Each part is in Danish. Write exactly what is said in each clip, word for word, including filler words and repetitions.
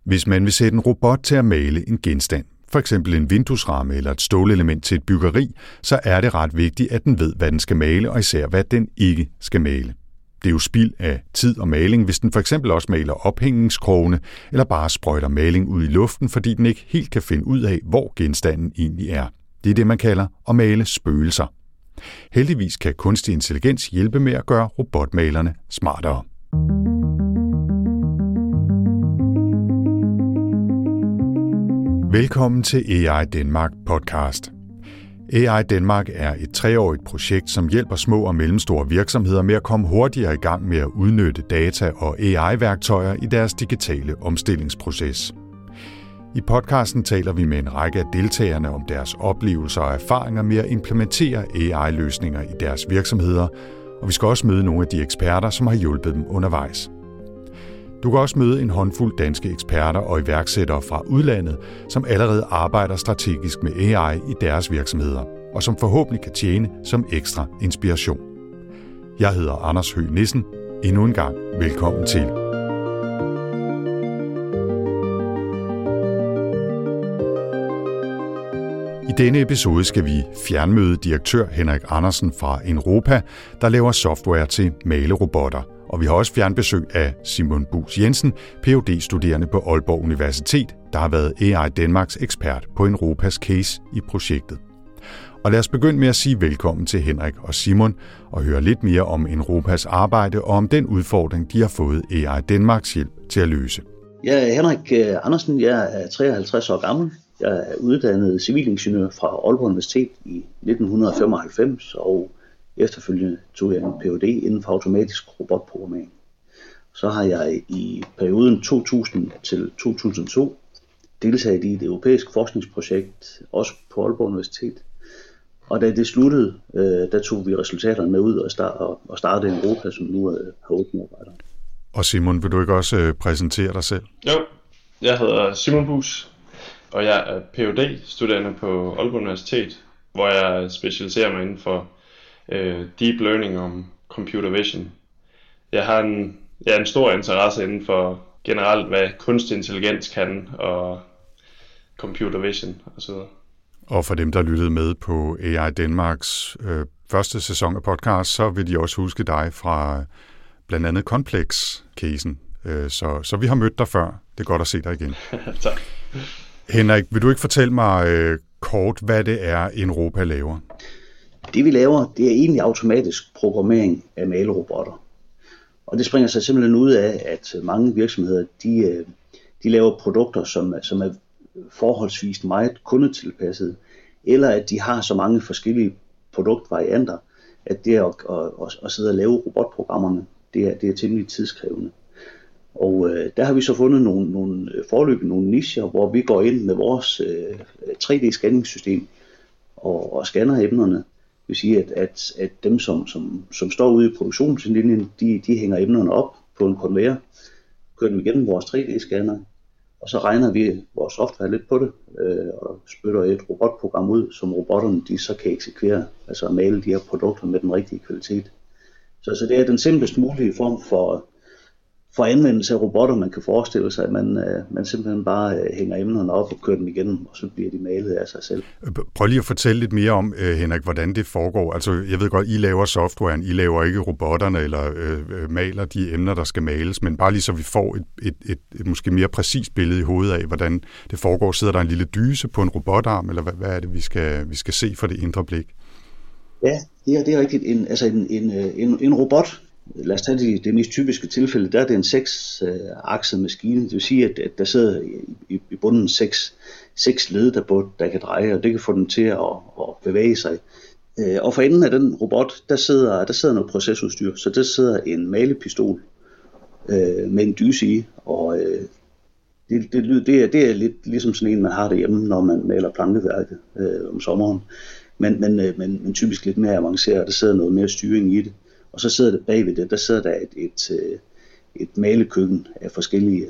Hvis man vil sætte en robot til at male en genstand, for eksempel en vinduesramme eller et stålelement til et byggeri, så er det ret vigtigt, at den ved, hvad den skal male, og især hvad den ikke skal male. Det er jo spild af tid og maling, hvis den for eksempel også maler ophængningskrogene, eller bare sprøjter maling ud i luften, fordi den ikke helt kan finde ud af, hvor genstanden egentlig er. Det er det, man kalder at male spøgelser. Heldigvis kan kunstig intelligens hjælpe med at gøre robotmalerne smartere. Velkommen til A I Denmark podcast. A I Denmark er et treårigt projekt, som hjælper små og mellemstore virksomheder med at komme hurtigere i gang med at udnytte data og A I-værktøjer i deres digitale omstillingsproces. I podcasten taler vi med en række af deltagerne om deres oplevelser og erfaringer med at implementere A I-løsninger i deres virksomheder, og vi skal også møde nogle af de eksperter, som har hjulpet dem undervejs. Du kan også møde en håndfuld danske eksperter og iværksættere fra udlandet, som allerede arbejder strategisk med A I i deres virksomheder, og som forhåbentlig kan tjene som ekstra inspiration. Jeg hedder Anders Høgh Nissen. Endnu en gang velkommen til. I denne episode skal vi fjernmøde direktør Henrik Andersen fra Enropa, der laver software til malerobotter. Og vi har også fjernbesøg af Simon Buus Jensen, P H D-studerende på Aalborg Universitet, der har været A I Danmarks ekspert på Enropas case i projektet. Og lad os begynde med at sige velkommen til Henrik og Simon og høre lidt mere om Enropas arbejde og om den udfordring, de har fået A I Danmarks hjælp til at løse. Jeg er Henrik Andersen, jeg er treoghalvtreds år gammel. Jeg er uddannet civilingeniør fra Aalborg Universitet i nitten femoghalvfems, og efterfølgende tog jeg en P H D inden for automatisk robotprogrammering. Så har jeg i perioden to tusind til to tusind og to deltaget i et europæisk forskningsprojekt, også på Aalborg Universitet. Og da det sluttede, der tog vi resultaterne med ud og startede Enropa, som nu har otte medarbejdere. Og Simon, vil du ikke også præsentere dig selv? Jo, jeg hedder Simon Buus, og jeg er P H D-studerende på Aalborg Universitet, hvor jeg specialiserer mig inden for deep learning om computer vision. Jeg har en, jeg har en stor interesse inden for generelt, hvad kunstig intelligens kan, og computer vision osv. Og for dem, der lyttede med på A I Danmarks øh, første sæson af podcast, så vil de også huske dig fra blandt andet Complex-casen. Øh, så, så vi har mødt dig før. Det er godt at se dig igen. Tak. Henrik, vil du ikke fortælle mig øh, kort, hvad det er, Enropa laver? Det vi laver, det er egentlig automatisk programmering af malerobotter. Og det springer sig simpelthen ud af, at mange virksomheder, de, de laver produkter, som, som er forholdsvis meget kundetilpasset, eller at de har så mange forskellige produktvarianter, at det at, at, at sidde og lave robotprogrammerne, det er, det er temmelig tidskrævende. Og øh, der har vi så fundet nogle, nogle forløb, nogle nicher, hvor vi går ind med vores øh, tre D-scanningssystem og, og scanner emnerne. Det vil sige, at, at, at dem, som, som, som står ude i produktionslinjen, de, de hænger emnerne op på en konvejer, kører dem igennem vores tre D-scanner, og så regner vi vores software lidt på det, øh, og spytter et robotprogram ud, som robotterne de så kan eksekvere, altså male de her produkter med den rigtige kvalitet. Så, så det er den simplest mulige form for, for anvendelse af robotter, man kan forestille sig, at man, øh, man simpelthen bare øh, hænger emnerne op og kører dem igennem, og så bliver de malet af sig selv. Prøv lige at fortælle lidt mere om, øh, Henrik, hvordan det foregår. Altså, jeg ved godt, I laver softwaren, I laver ikke robotterne eller øh, maler de emner, der skal males, men bare lige så vi får et, et, et, et måske mere præcist billede i hovedet af, hvordan det foregår. Sidder der en lille dyse på en robotarm, eller hvad, hvad er det, vi skal, vi skal se for det indre blik? Ja, det er, det er rigtigt. En, altså en, en, en, en robot, lad os tage det, det mest typiske tilfælde, der er det en seks-akset maskine. Det vil sige, at, at der sidder i, i bunden seks, seks led, der, der kan dreje, og det kan få den til at, at bevæge sig. Og for enden af den robot, der sidder, der sidder noget procesudstyr, så der sidder en malepistol øh, med en dyse i, og øh, det, det, det, er, det er lidt ligesom sådan en, man har derhjemme, når man maler plankeværket øh, om sommeren. Men, men, men, men typisk lidt mere avanceret, der sidder noget mere styring i det. Og så sidder det bagved det, der sidder der et, et, et malekøkken af forskellige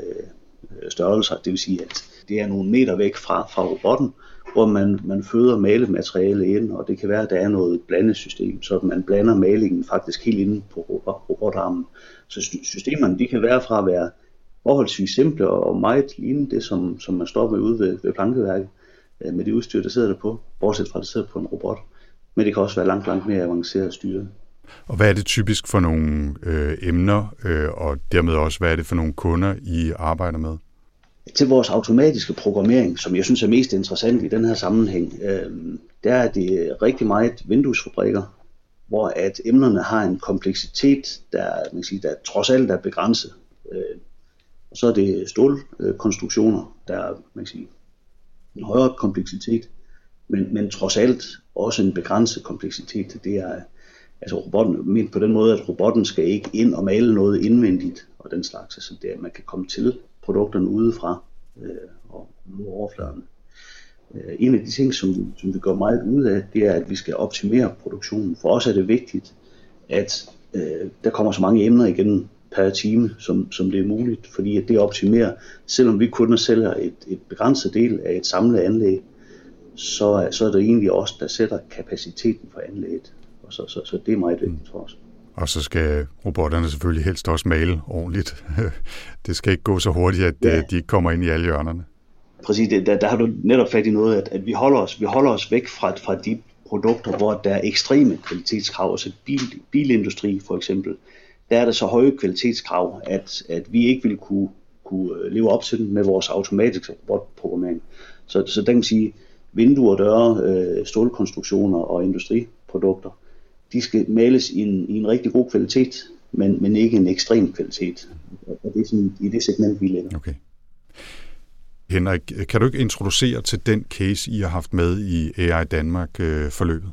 øh, størrelser. Det vil sige, at det er nogle meter væk fra, fra robotten, hvor man, man føder malemateriale ind, og det kan være, at der er noget blandesystem, så man blander malingen faktisk helt inde på robotarmen. Så systemerne, de kan være fra at være forholdsvis simple og meget lignende det, som, som man står med ude ved, ved plankeværket, øh, med det udstyr, der sidder der på, bortset fra, at det sidder på en robot. Men det kan også være langt, langt mere avanceret styret. Og hvad er det typisk for nogle øh, emner, øh, og dermed også, hvad er det for nogle kunder, I arbejder med? Til vores automatiske programmering, som jeg synes er mest interessant i den her sammenhæng, øh, der er det rigtig meget vinduesfabrikker, hvor at emnerne har en kompleksitet, der, man kan sige, der trods alt er begrænset. Øh, og så er det stålkonstruktioner, der er, man kan sige, en højere kompleksitet, men, men trods alt også en begrænset kompleksitet. Det er altså robotten, ment på den måde, at robotten skal ikke ind og male noget indvendigt og den slags, så det er, at man kan komme til produkterne udefra øh, og ud overfladen. Øh, en af de ting, som, som vi gør meget ud af, det er, at vi skal optimere produktionen. For os er det vigtigt, at øh, der kommer så mange emner igen per time, som, som det er muligt, fordi at det optimerer, selvom vi kun sælger et, et begrænset del af et samlet anlæg, så, så er det egentlig os, der sætter kapaciteten for anlægget. Og så, så, så det er meget vigtigt for os. Og så skal robotterne selvfølgelig helst også male ordentligt. Det skal ikke gå så hurtigt, at ja. de ikke kommer ind i alle hjørnerne. Præcis, der, der har du netop fat i noget, at, at vi, holder os, vi holder os væk fra, fra de produkter, hvor der er ekstreme kvalitetskrav. Altså bil, bilindustri for eksempel, der er der så høje kvalitetskrav, at, at vi ikke vil kunne, kunne leve op til den med vores automatiske robotprogrammering. Så, så der kan man sige, vinduer, døre, stålkonstruktioner og industriprodukter, de skal males i en, i en rigtig god kvalitet, men, men ikke en ekstrem kvalitet. Og det er sådan, i det segment, vi lægger. Okay. Henrik, kan du ikke introducere til den case, I har haft med i A I Danmark-forløbet?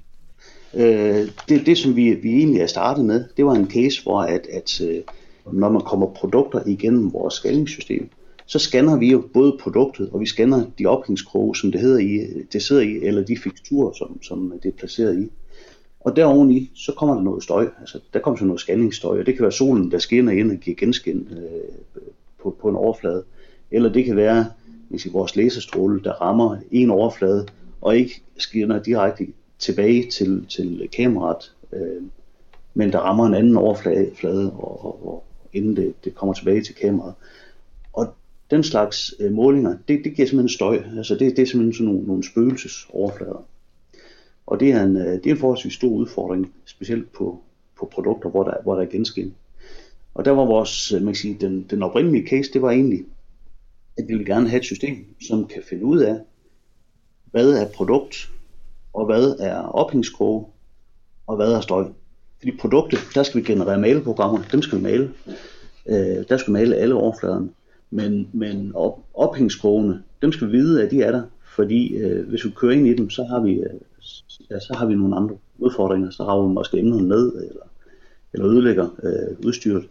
Øh, det, det, som vi, vi egentlig er startet med, det var en case, hvor at, at når man kommer produkter igennem vores scanningssystem, så scanner vi jo både produktet, og vi scanner de ophængskroge, som det hedder i, det sidder i, eller de fiksturer, som, som det er placeret i. Og deroveni, så kommer der noget støj, altså der kommer så noget scanningsstøj, og det kan være solen, der skinner ind og giver genskin øh, på, på en overflade, eller det kan være sige, vores laserstråle, der rammer en overflade, og ikke skinner direkte tilbage til, til kameraet, øh, men der rammer en anden overflade, og, og, og inden det, det kommer tilbage til kameraet. Og den slags øh, målinger, det, det giver simpelthen støj, altså det, det er simpelthen sådan nogle, nogle spøgelsesoverflader. Og det er en, det er en forholdsvis stor udfordring, specielt på, på produkter, hvor der, hvor der er genskin. Og der var vores, man kan sige, den, den oprindelige case, det var egentlig, at vi ville gerne have et system, som kan finde ud af, hvad er produkt, og hvad er ophængskroge, og hvad er støj. Fordi produktet, der skal vi generere maleprogrammer, dem skal vi male. Øh, der skal vi male alle overfladerne. Men, men op, ophængskrogene, dem skal vi vide, at de er der. Fordi øh, hvis vi kører ind i dem, så har vi, øh, ja, så har vi nogle andre udfordringer. Så har vi måske emnerne ned, eller, eller ødelægger øh, udstyret.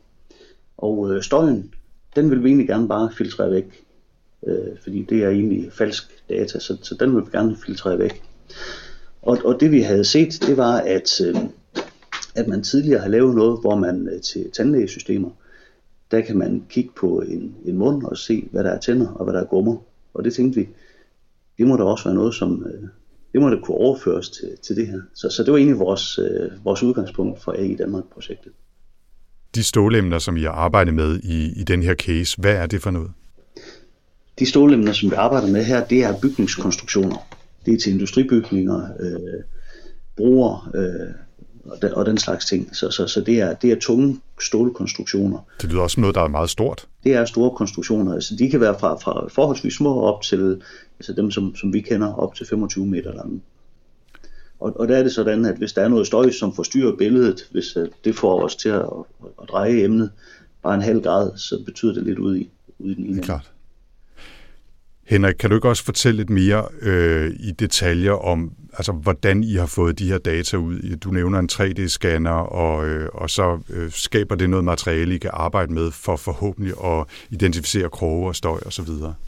Og øh, støjen, den vil vi egentlig gerne bare filtrere væk. Øh, fordi det er egentlig falsk data, så, så den vil vi gerne filtrere væk. Og, og det vi havde set, det var, at, øh, at man tidligere har lavet noget, hvor man øh, til tandlægesystemer, der kan man kigge på en, en mund og se, hvad der er tænder og hvad der er gummer. Og det tænkte vi, det må da også være noget, som øh, det må da kunne overføres til, til det her. Så, så det var egentlig vores, øh, vores udgangspunkt for A I Danmark-projektet. De stålemner, som I har arbejdet med i, i den her case, hvad er det for noget? De stålemner, som vi arbejder med her, det er bygningskonstruktioner. Det er til industribygninger, øh, broer øh, og, den, og den slags ting. Så, så, så det, er, det er tunge stålkonstruktioner. Det lyder også som noget, der er meget stort. Det er store konstruktioner. Altså, de kan være fra, fra forholdsvis små op til altså dem, som, som vi kender, op til femogtyve meter lange. Og, og der er det sådan, at hvis der er noget støj, som forstyrrer billedet, hvis uh, det får os til at, at, at dreje emnet bare en halv grad, så betyder det lidt ud i, ud i den ene. Det er klart. Henrik, kan du ikke også fortælle lidt mere øh, i detaljer om, altså, hvordan I har fået de her data ud? Du nævner en tre D-scanner, og, øh, og så øh, skaber det noget materiale, I kan arbejde med for forhåbentlig at identificere kroge og støj osv.?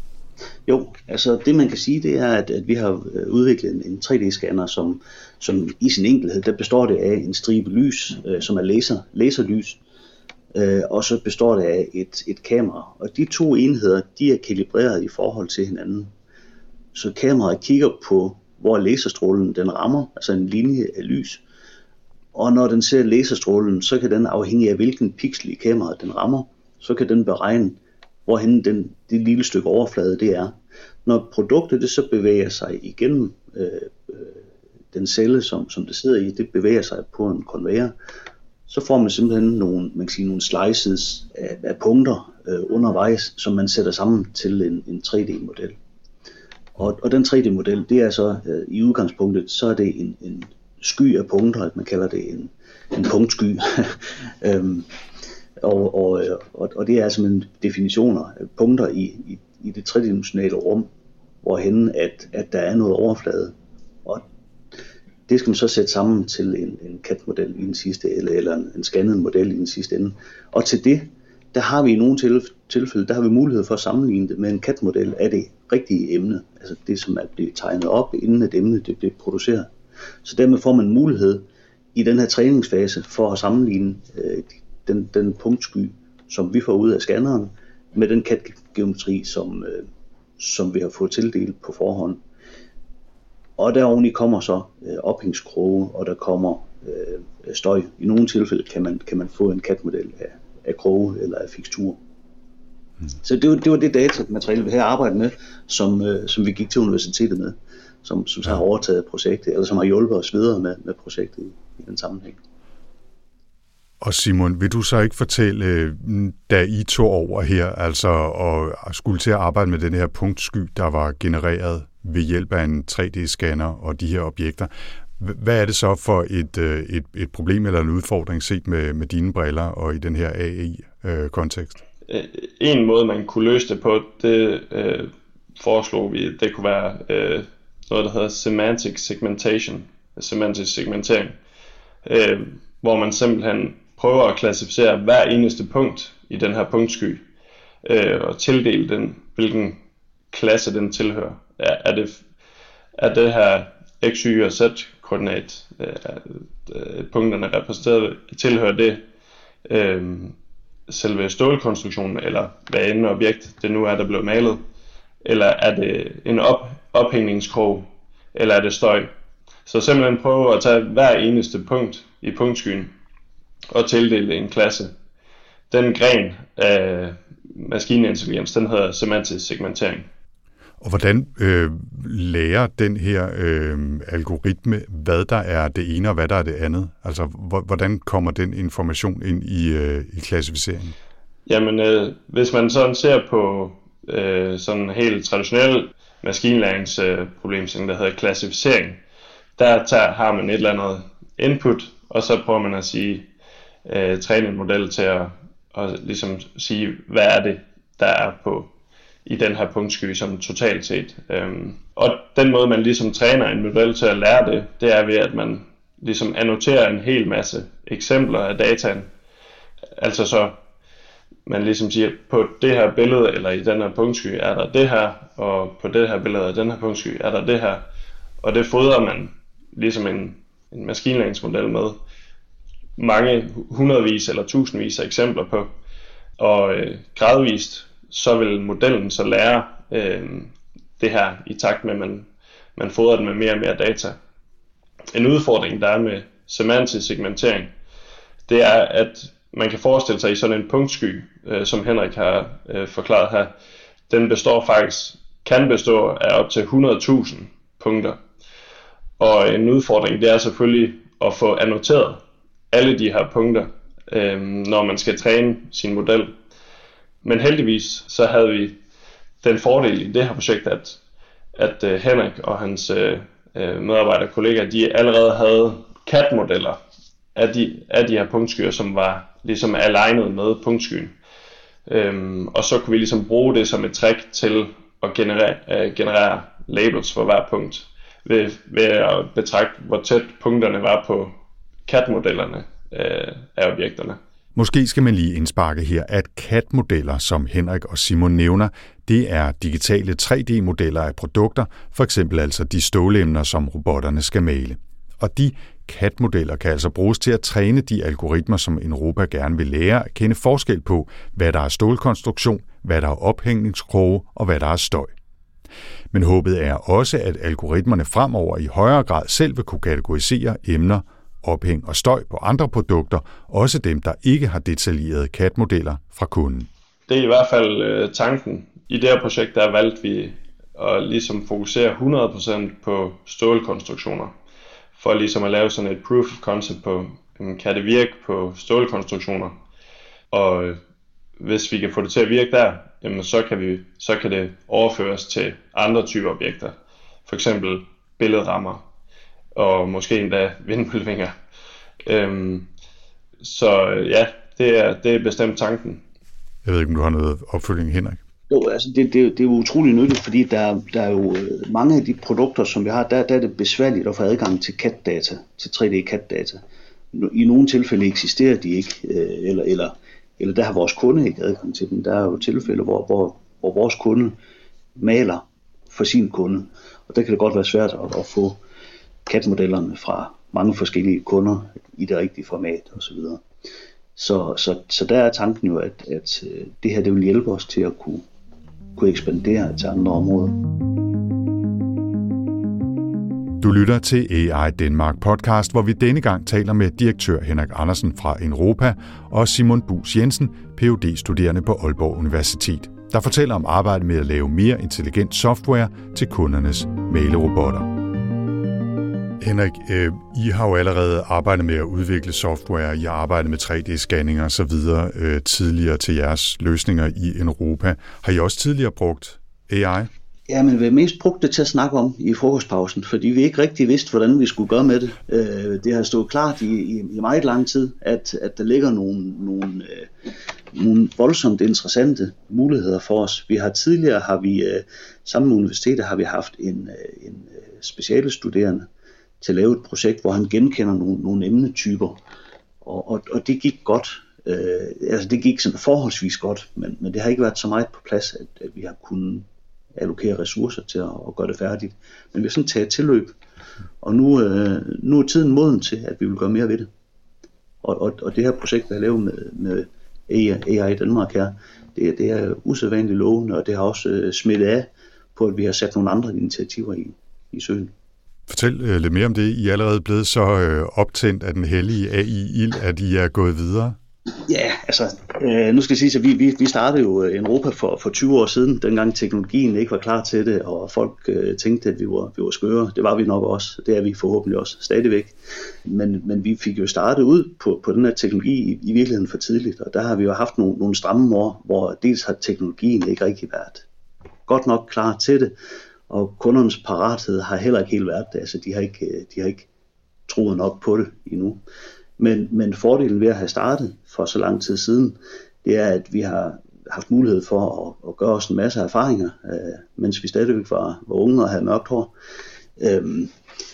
Jo, altså det man kan sige, det er, at, at vi har udviklet en, en tre D-scanner, som, som i sin enkelhed, der består det af en stribe lys, øh, som er laser, laserlys, øh, og så består det af et, et kamera. Og de to enheder, de er kalibreret i forhold til hinanden. Så kameraet kigger på, hvor laserstrålen den rammer, altså en linje af lys. Og når den ser laserstrålen, så kan den afhængig af hvilken pixel i kameraet den rammer, så kan den beregne, hvorhen den, det lille stykke overflade det er. Når produktet det så bevæger sig igennem øh, øh, den celle, som, som det sidder i, det bevæger sig på en konvejer, så får man simpelthen nogle, man kan sige, nogle slices af, af punkter øh, undervejs, som man sætter sammen til en, en tre D-model. Og, og den tre D-model, det er så øh, i udgangspunktet, så er det en, en sky af punkter, at man kalder det en, en punktsky. øhm, og, og, og, og det er simpelthen definitioner af punkter i, i, i det tredimensionale rum, hvorhen at, at der er noget overflade. Og det skal man så sætte sammen til en, en C A D-model i den sidste ende, eller en, en scannet model i den sidste ende. Og til det, der har vi i nogle tilfælde, der har vi mulighed for at sammenligne det med en C A D-model af det rigtige emne. Altså det, som er blevet tegnet op, inden et emne det bliver produceret. Så dermed får man mulighed i den her træningsfase for at sammenligne øh, den, den punktsky, som vi får ud af scanneren, med den C A D-geometri, som, øh, som vi har fået tildelt på forhånd. Og deroveni kommer så øh, ophængskroge, og der kommer øh, støj. I nogle tilfælde kan man, kan man få en C A D-model af, af kroge eller af fikstur. Mm. Så det var, det var det datamateriale, vi her arbejdede med, som, øh, som vi gik til universitetet med, som, som så har overtaget projektet, eller som har hjulpet os videre med, med projektet i, i den sammenhæng. Og Simon, vil du så ikke fortælle, da I tog over her, altså og skulle til at arbejde med den her punktsky, der var genereret ved hjælp af en tre D-scanner og de her objekter, hvad er det så for et, et, et problem eller en udfordring set med, med dine briller og i den her A I-kontekst? En måde, man kunne løse det på, det øh, foreslog vi, det kunne være øh, noget, der hedder semantic segmentation, semantisk segmentering, øh, hvor man simpelthen prøver at klassificere hver eneste punkt i den her punktsky, øh, og tildele den, hvilken klasse den tilhører. Er, er, det, er det her x, y og z-koordinat, øh, punkterne repræsenteret, tilhører det øh, selve stålkonstruktionen, eller hvad end objekt det nu er, der blev malet, eller er det en op, ophængningskrog, eller er det støj. Så simpelthen prøve at tage hver eneste punkt i punktskyen og tildele en klasse. Den gren af maskinintelligens, den hedder semantisk segmentering. Og hvordan øh, lærer den her øh, algoritme, hvad der er det ene og hvad der er det andet? Altså, hvordan kommer den information ind i, øh, i klassificeringen? Jamen, øh, hvis man sådan ser på øh, sådan en helt traditionel maskinlæringsproblem, der hedder klassificering, der tager, har man et eller andet input, og så prøver man at sige, øh, træne en model til at og ligesom sige, hvad er det, der er på i den her punktsky som totalt set. Øhm, og den måde, man ligesom træner en model til at lære det, det er ved, at man ligesom annoterer en hel masse eksempler af dataen. Altså så, man ligesom siger, på det her billede, eller i den her punktsky, er der det her, og på det her billede af den her punktsky, er der det her. Og det fodrer man ligesom en, en maskinlæringsmodel med mange hundredvis eller tusindvis af eksempler på. Og øh, gradvist, så vil modellen så lære øh, det her i takt med, at man, man fodrer den med mere og mere data. En udfordring, der er med semantisk segmentering, det er, at man kan forestille sig i sådan en punktsky, øh, som Henrik har øh, forklaret her, den består faktisk, kan bestå af op til hundrede tusind punkter. Og en udfordring, det er selvfølgelig at få annoteret alle de her punkter, øh, når man skal træne sin model. Men heldigvis så havde vi den fordel i det her projekt, at, at uh, Henrik og hans uh, medarbejdere og kollegaer, de allerede havde C A D-modeller af de, af de her punktskyer, som var ligesom alignet med punktskyen. Um, og så kunne vi ligesom bruge det som et trick til at generere, uh, generere labels for hver punkt, ved, ved at betragte, hvor tæt punkterne var på C A D-modellerne uh, af objekterne. Måske skal man lige indsparke her, at C A D-modeller, som Henrik og Simon nævner, det er digitale tre D-modeller af produkter, for eksempel altså de stålemner, som robotterne skal male. Og de C A D-modeller kan altså bruges til at træne de algoritmer, som Enropa gerne vil lære at kende forskel på, hvad der er stålkonstruktion, hvad der er ophængningskroge og hvad der er støj. Men håbet er også, at algoritmerne fremover i højere grad selv vil kunne kategorisere emner, ophæng og støj på andre produkter, også dem, der ikke har detaljerede C A D-modeller fra kunden. Det er i hvert fald øh, tanken. I det her projekt, der valgte vi at ligesom fokusere hundrede procent på stålkonstruktioner. For ligesom at lave sådan et proof of concept på, kan det virke på stålkonstruktioner? Og øh, hvis vi kan få det til at virke der, jamen så kan, vi, så kan det overføres til andre typer objekter. For eksempel billedrammer og måske endda vindmøllevinger. Øhm, så ja, det er, det er bestemt tanken. Jeg ved ikke, om du har noget opfølging, Henrik? Jo, altså det, det, det er jo utroligt nyttigt, fordi der, der er jo mange af de produkter, som vi har, der, der er det besværligt at få adgang til C A D-data, til tre D C A D-data. I nogle tilfælde eksisterer de ikke, eller, eller, eller der har vores kunde ikke adgang til dem. Der er jo tilfælde, hvor, hvor, hvor vores kunde maler for sin kunde, og der kan det godt være svært at, at få C A D-modellerne fra mange forskellige kunder i det rigtige format osv. Så, så, så der er tanken jo, at, at det her det vil hjælpe os til at kunne, kunne ekspandere til andre områder. Du lytter til A I Denmark podcast, hvor vi denne gang taler med direktør Henrik Andersen fra Enropa og Simon Buus Jensen, P H D-studerende på Aalborg Universitet, der fortæller om arbejdet med at lave mere intelligent software til kundernes malerobotter. Henrik, øh, I har jo allerede arbejdet med at udvikle software, I har arbejdet med tre D-scanninger og så videre øh, tidligere til jeres løsninger i Enropa. Har I også tidligere brugt A I? Ja, men vi har mest brugt det til at snakke om i frokostpausen, fordi vi ikke rigtig vidste, hvordan vi skulle gøre med det. Øh, det har stået klart i, i, i meget lang tid, at, at der ligger nogle, nogle, øh, nogle voldsomt interessante muligheder for os. Vi har tidligere, har vi øh, sammen med universitetet, har vi haft en, øh, en øh, specialestuderende til at lave et projekt, hvor han genkender nogle, nogle emnetyper, og, og, og det gik godt. Øh, altså det gik sådan forholdsvis godt, men, men det har ikke været så meget på plads, at, at vi har kunnet allokere ressourcer til at, at gøre det færdigt. Men vi har sådan taget tilløb, og nu, øh, nu er tiden moden til, at vi vil gøre mere ved det. Og, og, og det her projekt, der er lavet med, med A I Danmark her, det, det er usædvanligt lovende, og det har også øh, smittet af på, at vi har sat nogle andre initiativer i, i søen. Fortæl øh, lidt mere om det. I er allerede blevet så øh, optændt af den hellige A I-ild, at I er gået videre. Ja, altså, øh, nu skal jeg sige, at vi, vi, vi startede jo Enropa for, for tyve år siden, dengang teknologien ikke var klar til det, og folk øh, tænkte, at vi var, vi var skøre. Det var vi nok også, det er vi forhåbentlig også stadigvæk. Men, men vi fik jo startet ud på, på den her teknologi i, i virkeligheden for tidligt, og der har vi jo haft nogle, nogle stramme år, hvor dels har teknologien ikke rigtig været godt nok klar til det, og kundernes parathed har heller ikke helt været det. Altså, de har ikke, de har ikke troet nok på det endnu. Men, men fordelen ved at have startet for så lang tid siden, det er, at vi har haft mulighed for at, at gøre os en masse erfaringer, øh, mens vi stadigvæk var, var unge og havde mørkt hår. Øhm,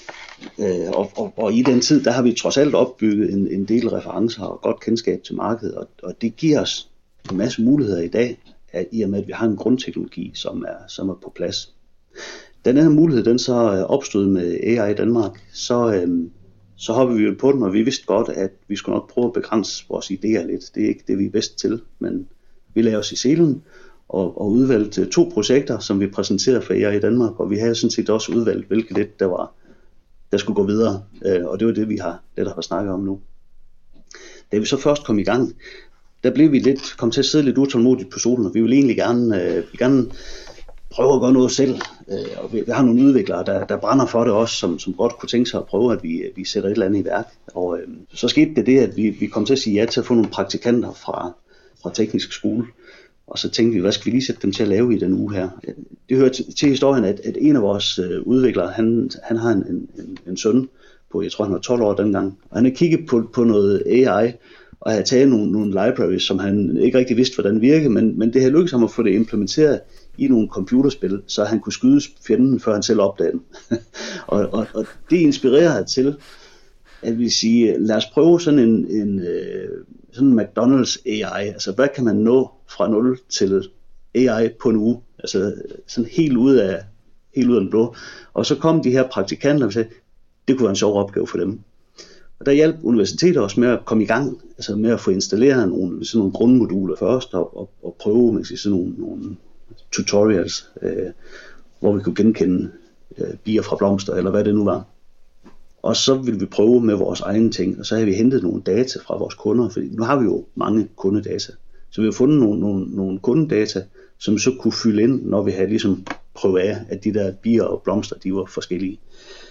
øh, og, og, og i den tid, der har vi trods alt opbygget en, en del referencer og godt kendskab til markedet, og, og det giver os en masse muligheder i dag, at, i og med, at vi har en grundteknologi, som er, som er på plads. Da den her mulighed den så opstod med A I Danmark, så, øhm, så hoppede vi jo på den, og vi vidste godt, at vi skulle nok prøve at begrænse vores idéer lidt. Det er ikke det, vi er bedst til, men vi lagde os i selen og, og udvalgte to projekter, som vi præsenterede for A I Danmark, og vi havde sådan set også udvalgt, hvilket det der var, der skulle gå videre, øh, og det var det, vi har, det, der har snakket om nu. Da vi så først kom i gang, der blev vi lidt, kom til at sidde lidt utålmodigt på stolen, og vi ville egentlig gerne, øh, vi gerne prøve at gøre noget selv, øh, og vi, vi har nogle udviklere, der, der brænder for det også, som, som godt kunne tænke sig at prøve, at vi, vi sætter et eller andet i værk. Og øh, så skete det det, at vi, vi kom til at sige ja til at få nogle praktikanter fra, fra teknisk skole, og så tænkte vi, hvad skal vi lige sætte dem til at lave i den uge her? Det hører til, til historien, at, at en af vores øh, udviklere, han, han har en, en, en søn på, jeg tror han var tolv år dengang, og han har kigget på, på noget A I, og havde taget nogle, nogle libraries, som han ikke rigtig vidste, hvordan virkede, men, men det havde lykkedes ham at få det implementeret i nogle computerspil, så han kunne skyde fjenden, før han selv opdagede dem. og, og, og det inspirerede til, at vi siger, lad os prøve sådan en, en sådan en McDonald's A I, altså hvad kan man nå fra nul til A I på en uge, altså sådan helt ud af, helt ud af den blå. Og så kom de her praktikanter og sagde, det kunne være en sjov opgave for dem. Og der hjalp universiteter også med at komme i gang, altså med at få installeret nogle, sådan nogle grundmoduler først, og, og, og prøve man siger, sådan nogle, nogle tutorials, øh, hvor vi kunne genkende øh, bier fra blomster, eller hvad det nu var. Og så ville vi prøve med vores egne ting, og så havde vi hentet nogle data fra vores kunder, for nu har vi jo mange kundedata Så vi har fundet nogle, nogle, nogle kundedata, som vi så kunne fylde ind, når vi havde ligesom prøvet af, at de der bier og blomster, de var forskellige.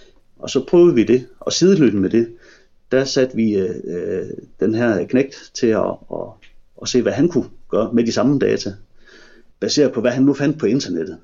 Og så prøvede vi det, og sideløbende med det, der satte vi øh, den her knægt til at, at, at se, hvad han kunne gøre med de samme data, baseret på, hvad han nu fandt på internettet.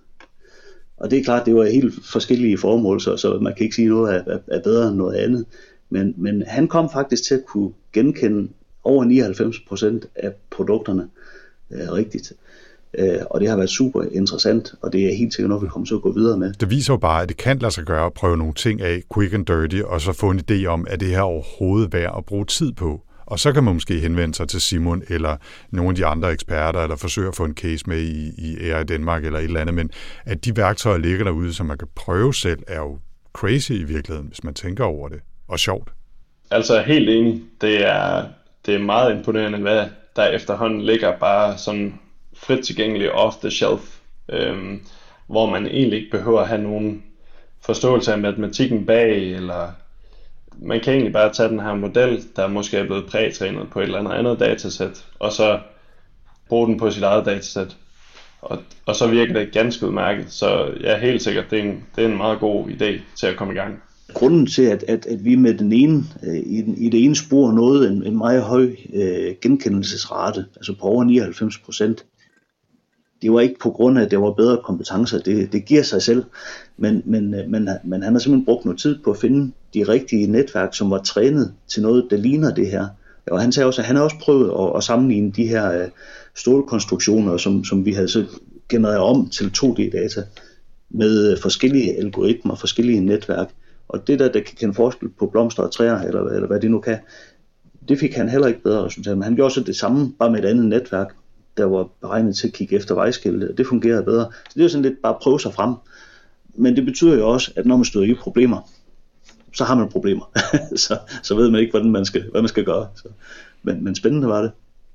Og det er klart, det var helt forskellige formål, så, så man kan ikke sige noget er, er bedre end noget andet. Men, men han kom faktisk til at kunne genkende over nioghalvfems procent af produkterne øh, rigtigt. Øh, og det har været super interessant, og det er helt sikkert noget, vi kommer til at gå videre med. Det viser jo bare, at det kan lade sig gøre at prøve nogle ting af quick and dirty, og så få en idé om, at det her overhovedet værd at bruge tid på. Og så kan man måske henvende sig til Simon eller nogle af de andre eksperter, eller forsøge at få en case med i, i A I Danmark eller et eller andet. Men at de værktøjer ligger derude, som man kan prøve selv, er jo crazy i virkeligheden, hvis man tænker over det. Og sjovt. Altså helt enig. Det er, det er meget imponerende, hvad der efterhånden ligger bare sådan frit tilgængeligt off the shelf, øhm, hvor man egentlig ikke behøver at have nogen forståelse af matematikken bag, eller man kan egentlig bare tage den her model, der måske er blevet prætrænet på et eller andet andet datasæt, og så bruge den på sit eget datasæt. Og, og så virker det ganske udmærket, så ja, helt sikkert, det er en, det er en meget god idé til at komme i gang. Grunden til, at, at, at vi med den ene, øh, i, den, i det ene spor nåede en, en meget høj øh, genkendelsesrate, altså på over nioghalvfems procent, det var ikke på grund af, at det var bedre kompetencer, det, det giver sig selv, men, men, men, men han har simpelthen brugt noget tid på at finde de rigtige netværk, som var trænet til noget, der ligner det her. Og han sagde også, at han har også prøvet at, at sammenligne de her øh, stålkonstruktioner, som, som vi havde så genereret om til to D-data, med forskellige algoritmer, forskellige netværk. Og det der, der kan kende forskel på blomster og træer, eller, eller hvad det nu kan, det fik han heller ikke bedre resultat. Men han gjorde så det samme, bare med et andet netværk, der var beregnet til at kigge efter vejskilte, og det fungerede bedre. Så det er jo sådan lidt bare at prøve sig frem. Men det betyder jo også, at når man støder i problemer, så har man problemer. så, så ved man ikke, hvordan man skal, hvad man skal gøre. Så, men, men spændende var det.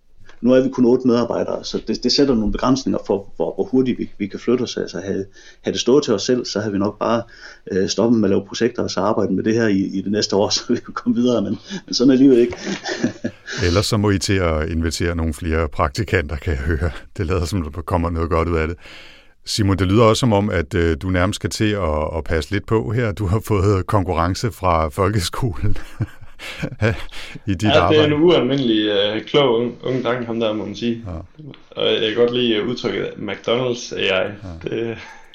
Nu er vi kun otte medarbejdere, så det, det sætter nogle begrænsninger for, hvor, hvor hurtigt vi, vi kan flytte os. Altså havde, havde det stået til os selv, så havde vi nok bare øh, stoppet med at lave projekter og så arbejde med det her i, i det næste år, så vi kunne komme videre, men, men sådan er livet ikke. Ellers så må I til at invitere nogle flere praktikanter, kan jeg høre. Det lader som, der kommer noget godt ud af det. Simon, det lyder også som om, at øh, du nærmest skal til at, at passe lidt på her. Du har fået konkurrence fra folkeskolen. I dit ja, arbejde. Det er en ualmindelig uh, klog ung, ung dreng, ham der, må man sige. Ja. Og jeg kan godt lide udtrykket McDonald's A I. Ja. Det...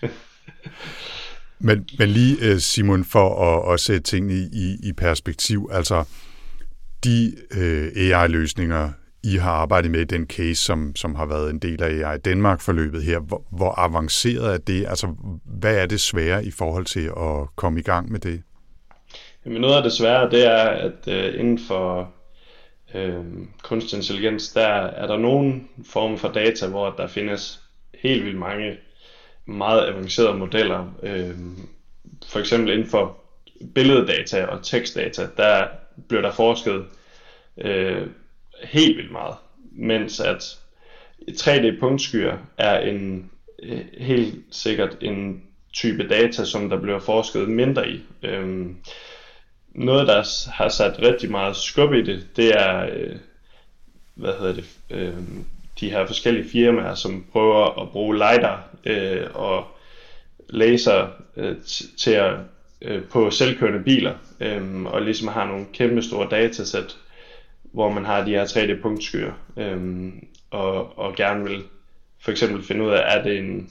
men, men lige, Simon, for at, at sætte tingene i, i perspektiv, altså de uh, A I-løsninger, I har arbejdet med i den case, som, som har været en del af A I Danmark-forløbet her, hvor, hvor avanceret er det? Altså, hvad er det svære i forhold til at komme i gang med det? Jamen noget af det svære, det er, at øh, inden for øh, kunstig intelligens, der er der nogle former for data, hvor der findes helt vildt mange meget avancerede modeller. Øh, for eksempel inden for billeddata og tekstdata, der bliver der forsket øh, helt vildt meget. Mens at tre D-punktskyer er en øh, helt sikkert en type data, som der bliver forsket mindre i. Øh, Noget, der har sat rigtig meget skub i det, det er, øh, hvad hedder det, øh, de her forskellige firmaer, som prøver at bruge lidar øh, og laser øh, t- til at øh, på selvkørende biler, øh, og ligesom har nogle kæmpe store datasæt, hvor man har de her tre D-punktskyer, øh, og, og gerne vil for eksempel finde ud af, er det en,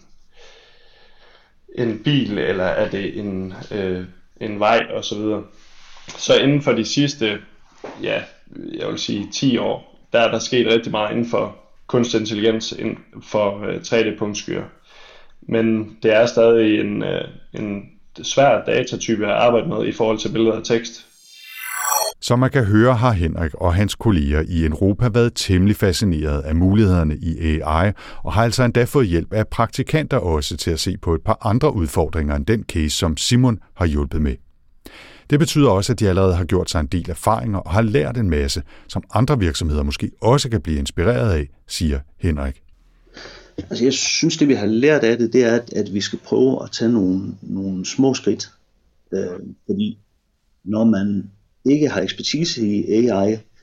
en bil, eller er det en, øh, en vej, og så videre. Så inden for de sidste, ja, jeg vil sige ti år, der er der sket rigtig meget inden for kunstig intelligens, inden for uh, tre D-punktskyer. Men det er stadig en, uh, en svær datatype at arbejde med i forhold til billeder og tekst. Som man kan høre, har Henrik og hans kolleger i Europa været temmelig fascineret af mulighederne i A I, og har altså endda fået hjælp af praktikanter også til at se på et par andre udfordringer end den case, som Simon har hjulpet med. Det betyder også, at de allerede har gjort sig en del erfaringer og har lært en masse, som andre virksomheder måske også kan blive inspireret af, siger Henrik. Altså jeg synes, det vi har lært af det, det er, at, at vi skal prøve at tage nogle, nogle små skridt. Øh, fordi når man ikke har ekspertise i A I,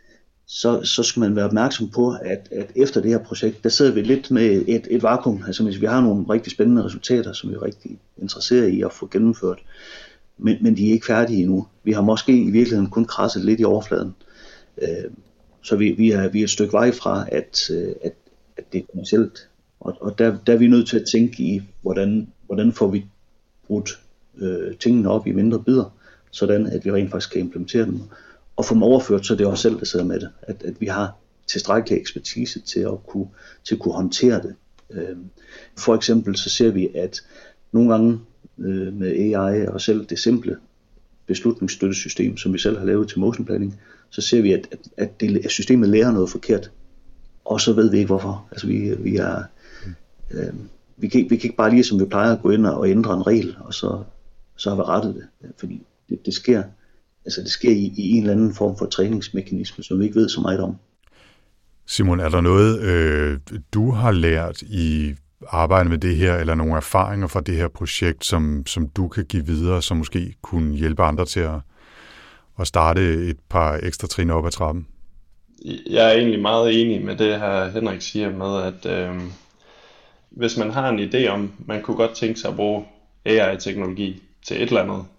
så, så skal man være opmærksom på, at, at efter det her projekt, der sidder vi lidt med et, et vakuum. Altså hvis vi har nogle rigtig spændende resultater, som vi er rigtig interesserede i at få gennemført, men, men de er ikke færdige endnu. Vi har måske i virkeligheden kun krasset lidt i overfladen. Øh, så vi, vi, er, vi er et stykke vej fra, at, at, at det er kommercielt. Og, og der, der er vi nødt til at tænke i, hvordan, hvordan får vi brudt øh, tingene op i mindre bidder, sådan at vi rent faktisk kan implementere dem. Og få dem overført, så det er os selv, der sidder med det. At, at vi har tilstrækkelig ekspertise til at kunne, til at kunne håndtere det. Øh, for eksempel så ser vi, at nogle gange øh, med A I og selv det simple beslutningsstøttesystem, som vi selv har lavet til motion planning, så ser vi, at, at, at, det, at systemet lærer noget forkert. Og så ved vi ikke hvorfor. Altså vi, vi er... Øh, vi, kan, vi kan ikke bare lige, som vi plejer, at gå ind og ændre en regel, og så, så har vi rettet det. Fordi det, det sker... Altså det sker i, i en eller anden form for træningsmekanisme, som vi ikke ved så meget om. Simon, er der noget, øh, du har lært i arbejdet med det her, eller nogle erfaringer fra det her projekt, som, som du kan give videre, som måske kunne hjælpe andre til at, at starte et par ekstra trin op ad trappen? Jeg er egentlig meget enig med det her, Henrik siger med, at øh, hvis man har en idé om, man kunne godt tænke sig at bruge A I-teknologi til et eller andet,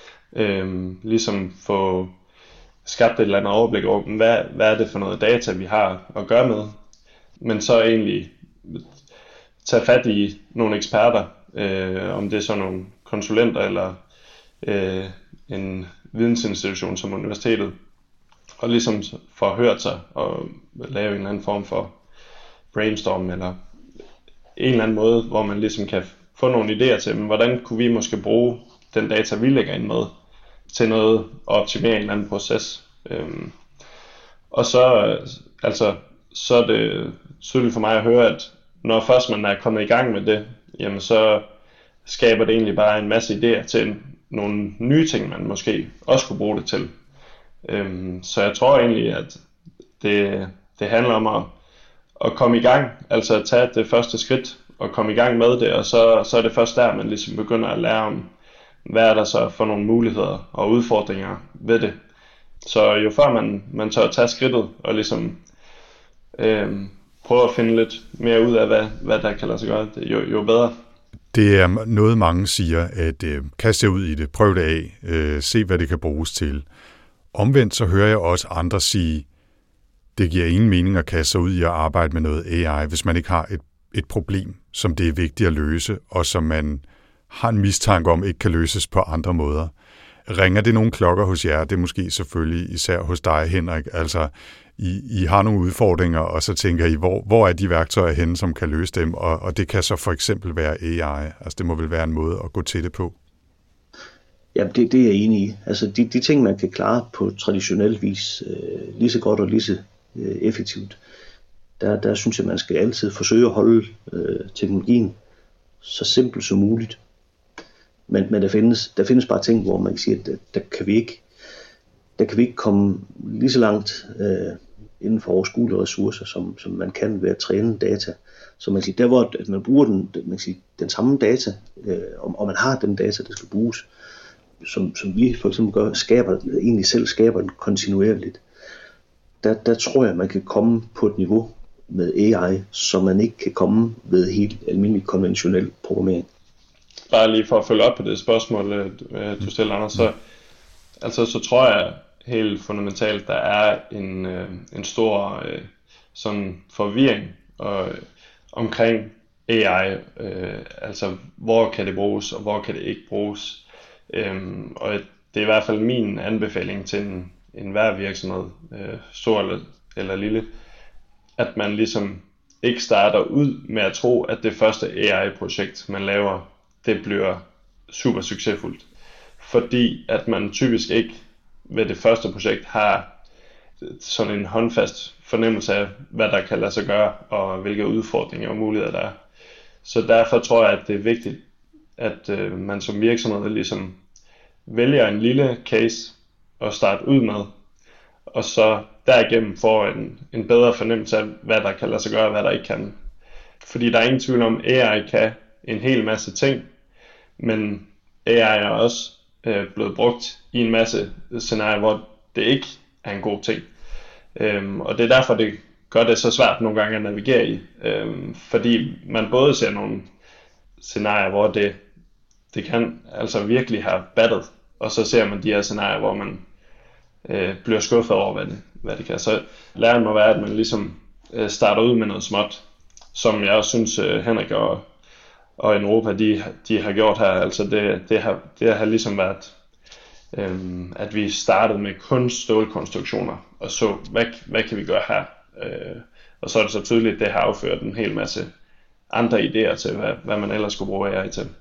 Øhm, ligesom få skabt et eller andet overblik over, hvad, hvad er det for noget data, vi har at gøre med, men så egentlig tage fat i nogle eksperter, øh, om det er så nogle konsulenter eller øh, en vidensinstitution som universitetet, og ligesom få hørt sig og lave en eller anden form for brainstorm eller en eller anden måde, hvor man ligesom kan få nogle idéer til, men hvordan kunne vi måske bruge den data, vi lægger ind med, til noget at optimere en eller anden proces. Øhm, og så, altså, så er det tydeligt for mig at høre, at når først man er kommet i gang med det, jamen så skaber det egentlig bare en masse idéer til nogle nye ting, man måske også kunne bruge det til. Øhm, så jeg tror egentlig, at det, det handler om at, at komme i gang, altså at tage det første skridt og komme i gang med det, og så, så er det først der, man ligesom begynder at lære om, hvad er der så for nogle muligheder og udfordringer ved det. Så jo før man, man tør at tage skridtet og ligesom øh, prøve at finde lidt mere ud af, hvad, hvad der kan lade sig gøre, jo, jo bedre. Det er noget, mange siger, at øh, kaste ud i det, prøv det af, øh, se hvad det kan bruges til. Omvendt så hører jeg også andre sige, det giver ingen mening at kaste sig ud i at arbejde med noget A I, hvis man ikke har et, et problem, som det er vigtigt at løse, og som man har en mistanke om, ikke kan løses på andre måder. Ringer det nogle klokker hos jer? Det er måske selvfølgelig især hos dig, Henrik. Altså, I, I har nogle udfordringer, og så tænker I, hvor, hvor er de værktøjer henne, som kan løse dem? Og, og det kan så for eksempel være A I. Altså, det må vel være en måde at gå til det på. Jamen, det, det er jeg enig i. Altså, de, de ting, man kan klare på traditionel vis, øh, lige så godt og lige så øh, effektivt, der, der synes jeg, man skal altid forsøge at holde øh, teknologien så simpelt som muligt. Men, men der, findes, der findes bare ting, hvor man kan sige, at der, der, kan, vi ikke, der kan vi ikke komme lige så langt øh, inden for overskuelige ressourcer, som, som man kan ved at træne data. Så man kan sige, der hvor at man bruger den, man kan sige, den samme data, øh, og, og man har den data, der skal bruges, som, som vi for eksempel gør, skaber, egentlig selv skaber den kontinuerligt, der, der tror jeg, man kan komme på et niveau med A I, som man ikke kan komme ved helt almindelig konventionel programmering. Bare lige for at følge op på det spørgsmål, du stiller, Anders, så, altså, så tror jeg helt fundamentalt, der er en, en stor sådan forvirring og, omkring A I, øh, altså hvor kan det bruges, og hvor kan det ikke bruges. Øhm, og det er i hvert fald min anbefaling til en, en hver virksomhed, øh, stor eller, eller lille, at man ligesom ikke starter ud med at tro, at det første A I-projekt, man laver, det bliver super succesfuldt. Fordi at man typisk ikke ved det første projekt har sådan en håndfast fornemmelse af, hvad der kan lade sig gøre, og hvilke udfordringer og muligheder der er. Så derfor tror jeg, at det er vigtigt, at øh, man som virksomhed ligesom vælger en lille case at starte ud med, og så derigennem får en, en bedre fornemmelse af, hvad der kan lade sig gøre, og hvad der ikke kan. Fordi der er ingen tvivl om, at A I kan en hel masse ting, men A I er også øh, blevet brugt i en masse scenarier, hvor det ikke er en god ting. Øhm, og det er derfor, det gør det så svært nogle gange at navigere i. Øhm, fordi man både ser nogle scenarier, hvor det, det kan altså virkelig have battet, og så ser man de her scenarier, hvor man øh, bliver skuffet over, hvad det, hvad det kan. Så læren må være, at man ligesom øh, starter ud med noget småt, som jeg også synes, øh, Henrik og, og Europa, de, de har gjort her. Altså det, det, har, det har ligesom været, øh, at vi startede med kun stålkonstruktioner, og så, hvad, hvad kan vi gøre her? Øh, og så er det så tydeligt, at det har afført en hel masse andre idéer til, hvad, hvad man ellers skulle bruge A I til.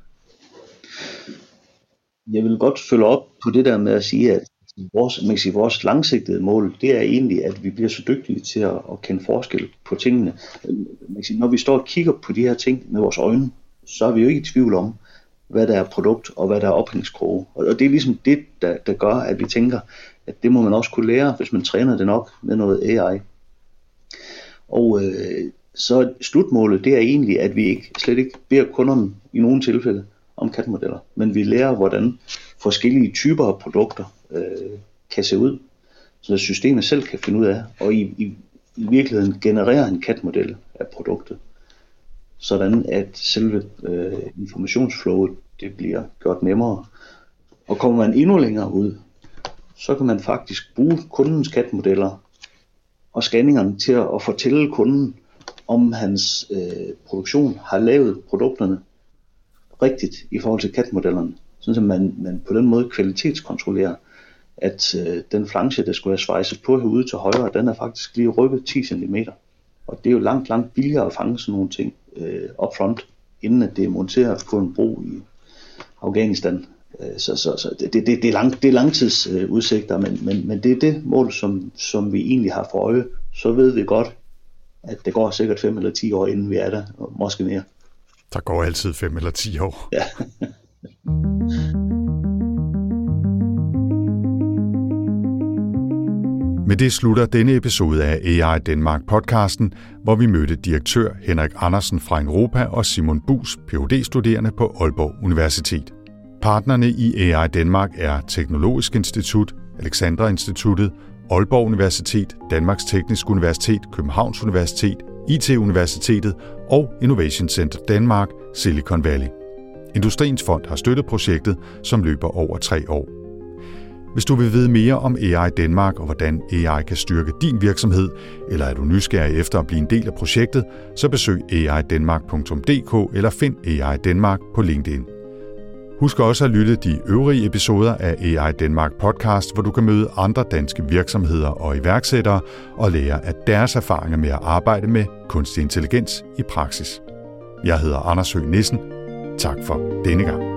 Jeg vil godt følge op på det der med at sige, at vores, man kan sige, vores langsigtede mål, det er egentlig, at vi bliver så dygtige til at, at kende forskel på tingene. Man kan sige, når vi står og kigger på de her ting med vores øjne, så er vi jo ikke i tvivl om, hvad der er produkt og hvad der er ophængskroge. Og det er ligesom det, der, der gør, at vi tænker, at det må man også kunne lære, hvis man træner det nok med noget A I. Og øh, så slutmålet, det er egentlig, at vi ikke, slet ikke beder kunderne i nogle tilfælde om C A D-modeller, men vi lærer, hvordan forskellige typer af produkter øh, kan se ud, så systemet selv kan finde ud af, og i, i, i virkeligheden generere en C A D-model af produktet, sådan at selve øh, informationsflowet, det bliver gjort nemmere. Og kommer man endnu længere ud, så kan man faktisk bruge kundens C A D-modeller og scanningerne til at, at fortælle kunden, om hans øh, produktion har lavet produkterne rigtigt i forhold til C A D-modellerne, sådan at man, man på den måde kvalitetskontrollerer, at øh, den flanche, der skulle have svejset på herude til højre, den er faktisk lige rykket ti centimeter. Og det er jo langt, langt billigere at fange sådan nogle ting øh, upfront, inden at det er monteret på en bro i Afghanistan. Øh, så så, så det, det, det, er lang, det er langtidsudsigter, øh, men, men, men det er det mål, som, som vi egentlig har for øje. Så ved vi godt, at det går sikkert fem eller ti år, inden vi er der, og måske mere. Der går altid fem eller ti år. Ja. Med det slutter denne episode af A I Denmark podcasten, hvor vi mødte direktør Henrik Andersen fra Europa og Simon Buus, P H D-studerende på Aalborg Universitet. Partnerne i A I Denmark er Teknologisk Institut, Alexandra Instituttet, Aalborg Universitet, Danmarks Tekniske Universitet, Københavns Universitet, I T-universitetet og Innovation Center Danmark, Silicon Valley. Industriens Fond har støttet projektet, som løber over tre år. Hvis du vil vide mere om A I Denmark og hvordan A I kan styrke din virksomhed, eller er du nysgerrig efter at blive en del af projektet, så besøg a i denmark punktum d k eller find A I Denmark på LinkedIn. Husk også at lytte de øvrige episoder af A I Denmark podcast, hvor du kan møde andre danske virksomheder og iværksættere og lære af deres erfaringer med at arbejde med kunstig intelligens i praksis. Jeg hedder Anders Høgh Nissen. Tak for denne gang.